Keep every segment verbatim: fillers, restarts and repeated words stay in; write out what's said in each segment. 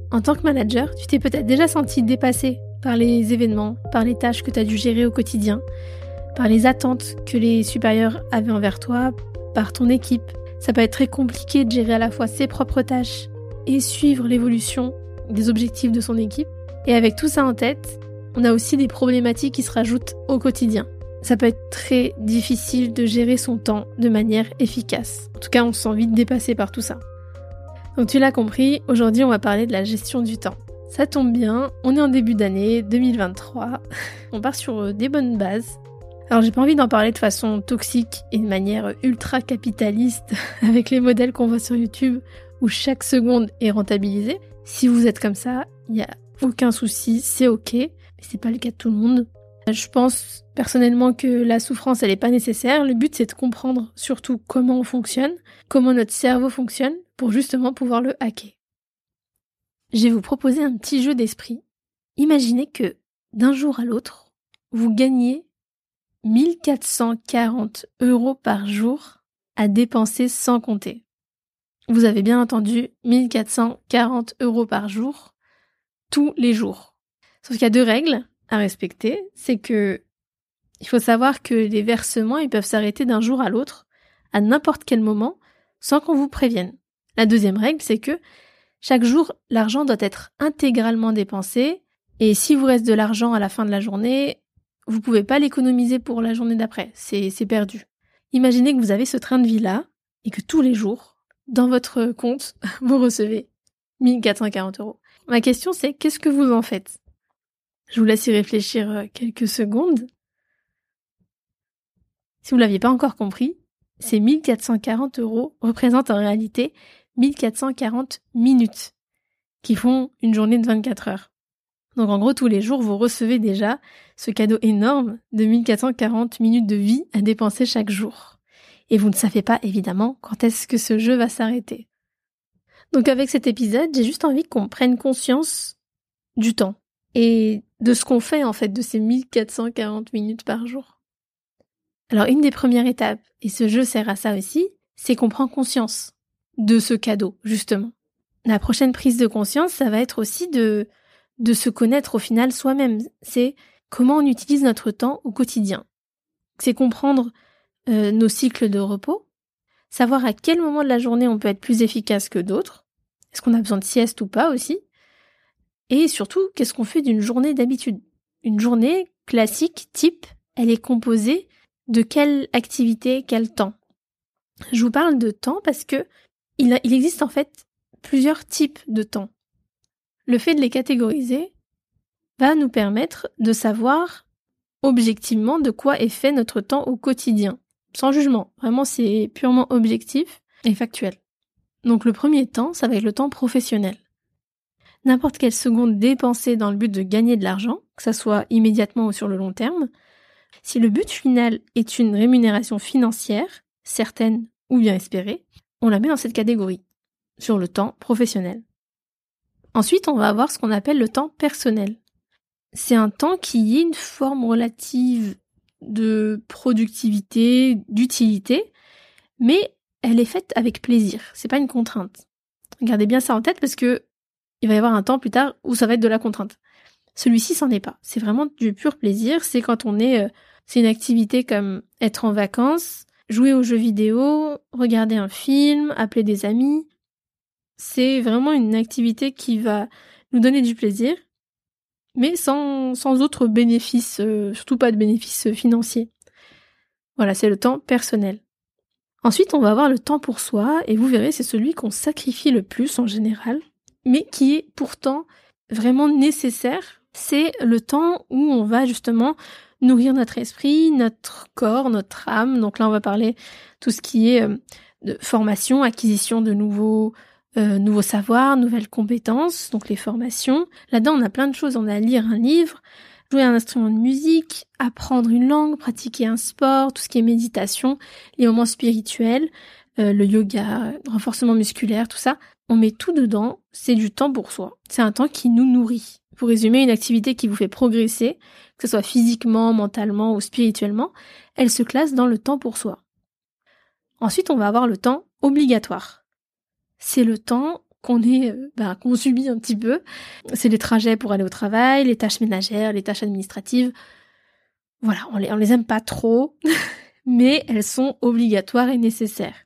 En tant que manager, tu t'es peut-être déjà senti dépassé par les événements, par les tâches que tu as dû gérer au quotidien, par les attentes que les supérieurs avaient envers toi, par ton équipe. Ça peut être très compliqué de gérer à la fois ses propres tâches et suivre l'évolution des objectifs de son équipe. Et avec tout ça en tête, on a aussi des problématiques qui se rajoutent au quotidien. Ça peut être très difficile de gérer son temps de manière efficace. En tout cas, on se sent vite dépassé par tout ça. Donc tu l'as compris, aujourd'hui on va parler de la gestion du temps. Ça tombe bien, on est en début d'année deux mille vingt-trois, on part sur des bonnes bases. Alors j'ai pas envie d'en parler de façon toxique et de manière ultra capitaliste avec les modèles qu'on voit sur YouTube où chaque seconde est rentabilisée. Si vous êtes comme ça, il n'y a aucun souci, c'est ok, mais c'est pas le cas de tout le monde. Je pense personnellement que la souffrance elle est pas nécessaire, le but c'est de comprendre surtout comment on fonctionne, comment notre cerveau fonctionne pour justement pouvoir le hacker. Je vais vous proposer un petit jeu d'esprit. Imaginez que d'un jour à l'autre, vous gagnez mille quatre cent quarante euros par jour à dépenser sans compter. Vous avez bien entendu, mille quatre cent quarante euros par jour, tous les jours. Sauf qu'il y a deux règles à respecter, c'est que il faut savoir que les versements ils peuvent s'arrêter d'un jour à l'autre, à n'importe quel moment, sans qu'on vous prévienne. La deuxième règle, c'est que chaque jour, l'argent doit être intégralement dépensé, et s'il vous reste de l'argent à la fin de la journée, vous pouvez pas l'économiser pour la journée d'après, c'est, c'est perdu. Imaginez que vous avez ce train de vie-là, et que tous les jours, dans votre compte, vous recevez mille quatre cent quarante euros. Ma question c'est, qu'est-ce que vous en faites ? Je vous laisse y réfléchir quelques secondes. Si vous ne l'aviez pas encore compris, ces mille quatre cent quarante euros représentent en réalité mille quatre cent quarante minutes, qui font une journée de vingt-quatre heures. Donc en gros, tous les jours, vous recevez déjà ce cadeau énorme de mille quatre cent quarante minutes de vie à dépenser chaque jour. Et vous ne savez pas, évidemment, quand est-ce que ce jeu va s'arrêter. Donc avec cet épisode, j'ai juste envie qu'on prenne conscience du temps et de ce qu'on fait en fait de ces mille quatre cent quarante minutes par jour. Alors une des premières étapes, et ce jeu sert à ça aussi, c'est qu'on prend conscience de ce cadeau, justement. La prochaine prise de conscience, ça va être aussi de, de se connaître au final soi-même. C'est comment on utilise notre temps au quotidien. C'est comprendre euh, nos cycles de repos, savoir à quel moment de la journée on peut être plus efficace que d'autres, est-ce qu'on a besoin de sieste ou pas aussi, et surtout, qu'est-ce qu'on fait d'une journée d'habitude. Une journée classique, type, elle est composée de quelle activité, quel temps. Je vous parle de temps parce que il, a, il existe en fait plusieurs types de temps. Le fait de les catégoriser va nous permettre de savoir objectivement de quoi est fait notre temps au quotidien. Sans jugement, vraiment c'est purement objectif et factuel. Donc le premier temps, ça va être le temps professionnel. N'importe quelle seconde dépensée dans le but de gagner de l'argent, que ça soit immédiatement ou sur le long terme, si le but final est une rémunération financière, certaine ou bien espérée, on la met dans cette catégorie, sur le temps professionnel. Ensuite, on va avoir ce qu'on appelle le temps personnel. C'est un temps qui est une forme relative de productivité, d'utilité, mais elle est faite avec plaisir, c'est pas une contrainte. Gardez bien ça en tête parce que il va y avoir un temps plus tard où ça va être de la contrainte. Celui-ci, c'en est pas. C'est vraiment du pur plaisir. C'est quand on est... Euh, c'est une activité comme être en vacances, jouer aux jeux vidéo, regarder un film, appeler des amis. C'est vraiment une activité qui va nous donner du plaisir, mais sans, sans autre bénéfice, euh, surtout pas de bénéfice financier. Voilà, c'est le temps personnel. Ensuite, on va avoir le temps pour soi, et vous verrez, c'est celui qu'on sacrifie le plus en général, mais qui est pourtant vraiment nécessaire. C'est le temps où on va justement nourrir notre esprit, notre corps, notre âme. Donc là, on va parler tout ce qui est euh, de formation, acquisition de nouveaux, euh, nouveaux savoirs, nouvelles compétences, donc les formations. Là-dedans, on a plein de choses. On a à lire un livre, jouer un instrument de musique, apprendre une langue, pratiquer un sport, tout ce qui est méditation, les moments spirituels, euh, le yoga, renforcement musculaire, tout ça. On met tout dedans, c'est du temps pour soi. C'est un temps qui nous nourrit. Pour résumer, une activité qui vous fait progresser, que ce soit physiquement, mentalement ou spirituellement, elle se classe dans le temps pour soi. Ensuite, on va avoir le temps obligatoire. C'est le temps qu'on est, euh, bah, qu'on subit un petit peu. C'est les trajets pour aller au travail, les tâches ménagères, les tâches administratives. Voilà, on les, on les aime pas trop, mais elles sont obligatoires et nécessaires.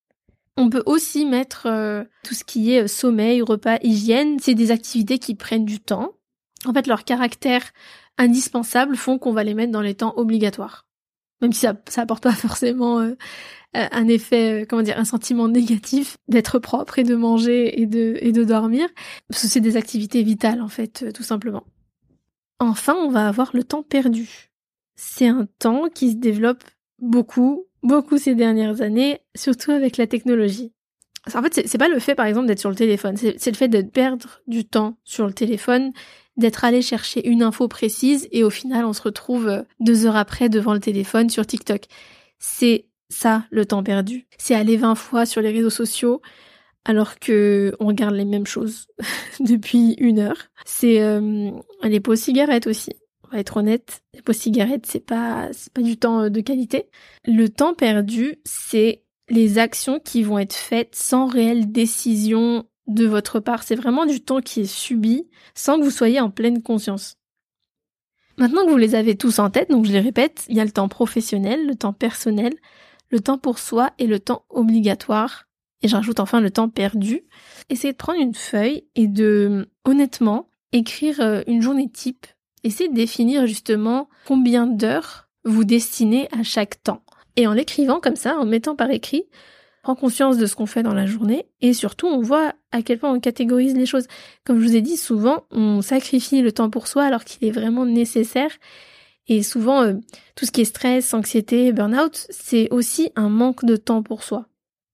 On peut aussi mettre euh, tout ce qui est euh, sommeil, repas, hygiène. C'est des activités qui prennent du temps. En fait, leur caractère indispensable font qu'on va les mettre dans les temps obligatoires. Même si ça, ça apporte pas forcément euh, un effet, euh, comment dire, un sentiment négatif d'être propre et de manger et de, et de dormir. Parce que c'est des activités vitales, en fait, euh, tout simplement. Enfin, on va avoir le temps perdu. C'est un temps qui se développe beaucoup, beaucoup ces dernières années, surtout avec la technologie. En fait, c'est, c'est pas le fait, par exemple, d'être sur le téléphone. C'est, c'est le fait de perdre du temps sur le téléphone, d'être allé chercher une info précise et au final, on se retrouve deux heures après devant le téléphone sur TikTok. C'est ça, le temps perdu. C'est aller vingt fois sur les réseaux sociaux alors que on regarde les mêmes choses depuis une heure. C'est euh, les pauses cigarettes aussi. On va être honnête, les pauses cigarettes, c'est pas, c'est pas du temps de qualité. Le temps perdu, c'est les actions qui vont être faites sans réelle décision de votre part. C'est vraiment du temps qui est subi sans que vous soyez en pleine conscience. Maintenant que vous les avez tous en tête, donc je les répète, il y a le temps professionnel, le temps personnel, le temps pour soi et le temps obligatoire. Et je rajoute enfin le temps perdu. Essayez de prendre une feuille et de, honnêtement, écrire une journée type. Essayez de définir justement combien d'heures vous destinez à chaque temps. Et en l'écrivant comme ça, en mettant par écrit, on prend conscience de ce qu'on fait dans la journée et surtout on voit à quel point on catégorise les choses. Comme je vous ai dit, souvent on sacrifie le temps pour soi alors qu'il est vraiment nécessaire. Et souvent, euh, tout ce qui est stress, anxiété, burn-out, c'est aussi un manque de temps pour soi.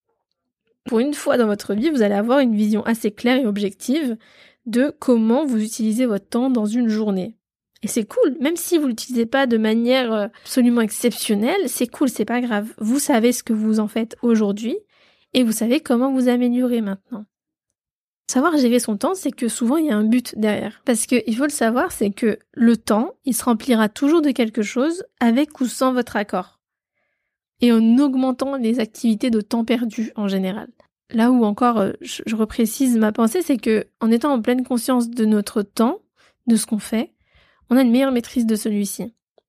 Pour une fois dans votre vie, vous allez avoir une vision assez claire et objective de comment vous utilisez votre temps dans une journée. Et c'est cool, même si vous l'utilisez pas de manière absolument exceptionnelle, c'est cool, c'est pas grave. Vous savez ce que vous en faites aujourd'hui et vous savez comment vous améliorer maintenant. Savoir gérer son temps, c'est que souvent il y a un but derrière. Parce que il faut le savoir, c'est que le temps, il se remplira toujours de quelque chose avec ou sans votre accord. Et en augmentant les activités de temps perdu en général. Là où encore, je, je reprécise ma pensée, c'est que en étant en pleine conscience de notre temps, de ce qu'on fait, on a une meilleure maîtrise de celui-ci.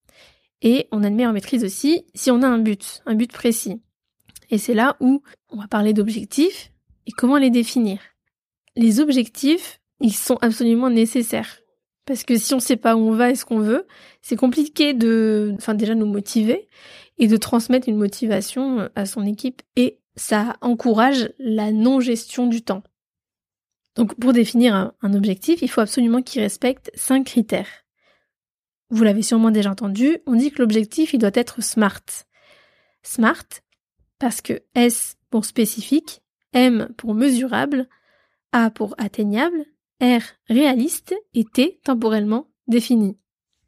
Et on a une meilleure maîtrise aussi si on a un but, un but précis. Et c'est là où on va parler d'objectifs et comment les définir. Les objectifs, ils sont absolument nécessaires. Parce que si on sait pas où on va et ce qu'on veut, c'est compliqué de, enfin déjà nous motiver et de transmettre une motivation à son équipe. Et ça encourage la non-gestion du temps. Donc pour définir un, un objectif, il faut absolument qu'il respecte cinq critères. Vous l'avez sûrement déjà entendu, on dit que l'objectif, il doit être SMART. SMART, parce que S pour spécifique, M pour mesurable, A pour atteignable, R réaliste et T temporellement défini.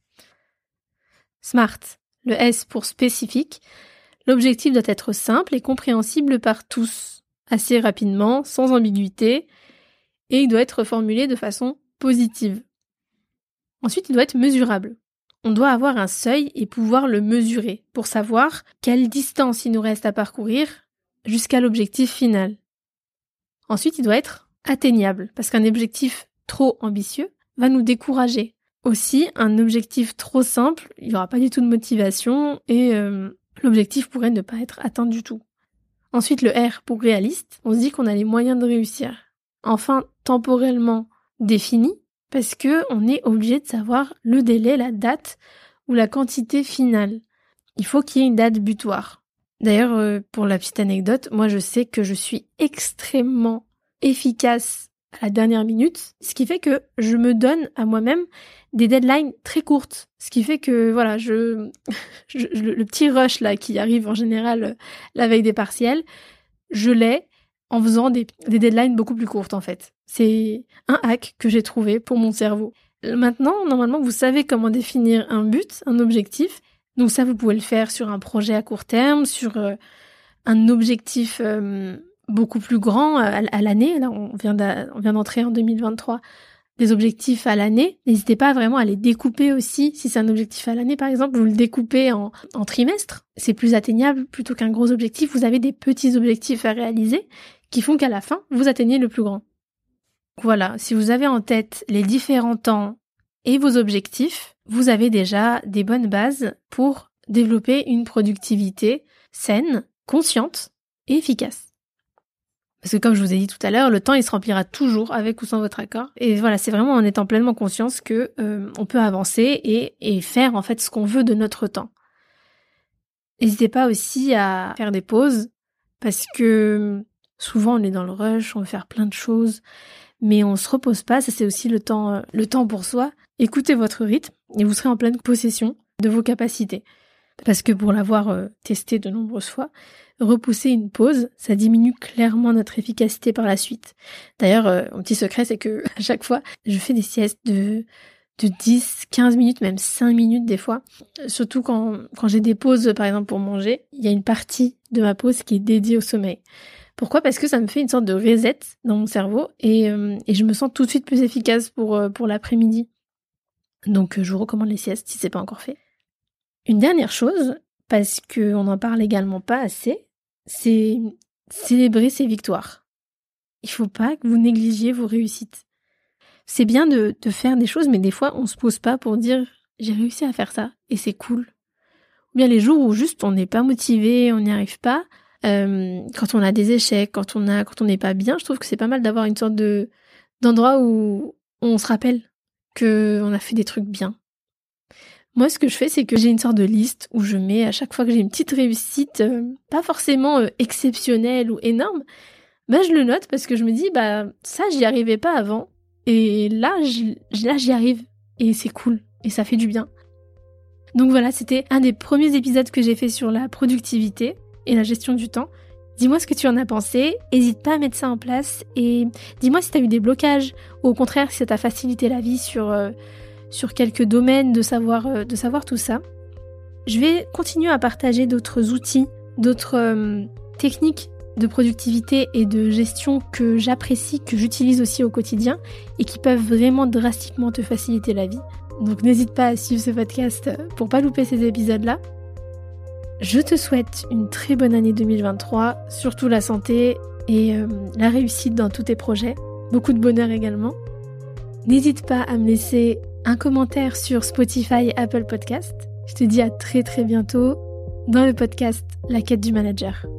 SMART, le S pour spécifique, l'objectif doit être simple et compréhensible par tous, assez rapidement, sans ambiguïté, et il doit être formulé de façon positive. Ensuite, il doit être mesurable. On doit avoir un seuil et pouvoir le mesurer pour savoir quelle distance il nous reste à parcourir jusqu'à l'objectif final. Ensuite, il doit être atteignable parce qu'un objectif trop ambitieux va nous décourager. Aussi, un objectif trop simple, il n'y aura pas du tout de motivation et euh, l'objectif pourrait ne pas être atteint du tout. Ensuite, le R pour réaliste, on se dit qu'on a les moyens de réussir. Enfin, temporellement défini, parce que on est obligé de savoir le délai, la date ou la quantité finale. Il faut qu'il y ait une date butoir. D'ailleurs, euh, pour la petite anecdote, moi je sais que je suis extrêmement efficace à la dernière minute, ce qui fait que je me donne à moi-même des deadlines très courtes. Ce qui fait que voilà, je, je le, le petit rush là qui arrive en général euh, la veille des partiels, je l'ai en faisant des, des deadlines beaucoup plus courtes en fait. C'est un hack que j'ai trouvé pour mon cerveau. Maintenant, normalement, vous savez comment définir un but, un objectif. Donc ça, vous pouvez le faire sur un projet à court terme, sur euh, un objectif euh, beaucoup plus grand à, à l'année. Là, on vient, on vient d'entrer en deux mille vingt-trois. Des objectifs à l'année. N'hésitez pas vraiment à les découper aussi. Si c'est un objectif à l'année, par exemple, vous le découpez en, en trimestres. C'est plus atteignable plutôt qu'un gros objectif. Vous avez des petits objectifs à réaliser qui font qu'à la fin, vous atteignez le plus grand. Voilà, si vous avez en tête les différents temps et vos objectifs, vous avez déjà des bonnes bases pour développer une productivité saine, consciente et efficace. Parce que comme je vous ai dit tout à l'heure, le temps il se remplira toujours avec ou sans votre accord. Et voilà, c'est vraiment en étant pleinement conscience que euh, on peut avancer et, et faire en fait ce qu'on veut de notre temps. N'hésitez pas aussi à faire des pauses parce que souvent on est dans le rush, on veut faire plein de choses, mais on se repose pas. Ça c'est aussi le temps, euh, le temps pour soi. Écoutez votre rythme et vous serez en pleine possession de vos capacités. Parce que pour l'avoir euh, testé de nombreuses fois, repousser une pause, ça diminue clairement notre efficacité par la suite. D'ailleurs, euh, mon petit secret, c'est que à chaque fois, je fais des siestes de, de dix, quinze minutes, même cinq minutes des fois. Surtout quand, quand j'ai des pauses, par exemple, pour manger, il y a une partie de ma pause qui est dédiée au sommeil. Pourquoi ? Parce que ça me fait une sorte de reset dans mon cerveau et, euh, et je me sens tout de suite plus efficace pour, euh, pour l'après-midi. Donc, euh, je vous recommande les siestes si c'est pas encore fait. Une dernière chose, parce qu'on n'en parle également pas assez, c'est célébrer ses victoires. Il faut pas que vous négligiez vos réussites. C'est bien de, de faire des choses, mais des fois, on se pose pas pour dire « j'ai réussi à faire ça » et c'est cool. Ou bien les jours où juste on n'est pas motivé, on n'y arrive pas, euh, quand on a des échecs, quand on a, quand on n'est pas bien, je trouve que c'est pas mal d'avoir une sorte de d'endroit où on se rappelle qu'on a fait des trucs bien. Moi, ce que je fais, c'est que j'ai une sorte de liste où je mets à chaque fois que j'ai une petite réussite, euh, pas forcément euh, exceptionnelle ou énorme, bah je le note parce que je me dis, bah ça, j'y arrivais pas avant, et là, j'y, là, j'y arrive, et c'est cool, et ça fait du bien. Donc voilà, c'était un des premiers épisodes que j'ai fait sur la productivité et la gestion du temps. Dis-moi ce que tu en as pensé, n'hésite pas à mettre ça en place, et dis-moi si t'as eu des blocages, ou au contraire, si ça t'a facilité la vie sur... Euh, sur quelques domaines, de savoir, de savoir tout ça. Je vais continuer à partager d'autres outils, d'autres euh, techniques de productivité et de gestion que j'apprécie, que j'utilise aussi au quotidien et qui peuvent vraiment drastiquement te faciliter la vie. Donc n'hésite pas à suivre ce podcast pour pas louper ces épisodes-là. Je te souhaite une très bonne année deux mille vingt-trois, surtout la santé et euh, la réussite dans tous tes projets. Beaucoup de bonheur également. N'hésite pas à me laisser un commentaire sur Spotify, Apple Podcast. Je te dis à très très bientôt dans le podcast La quête du manager.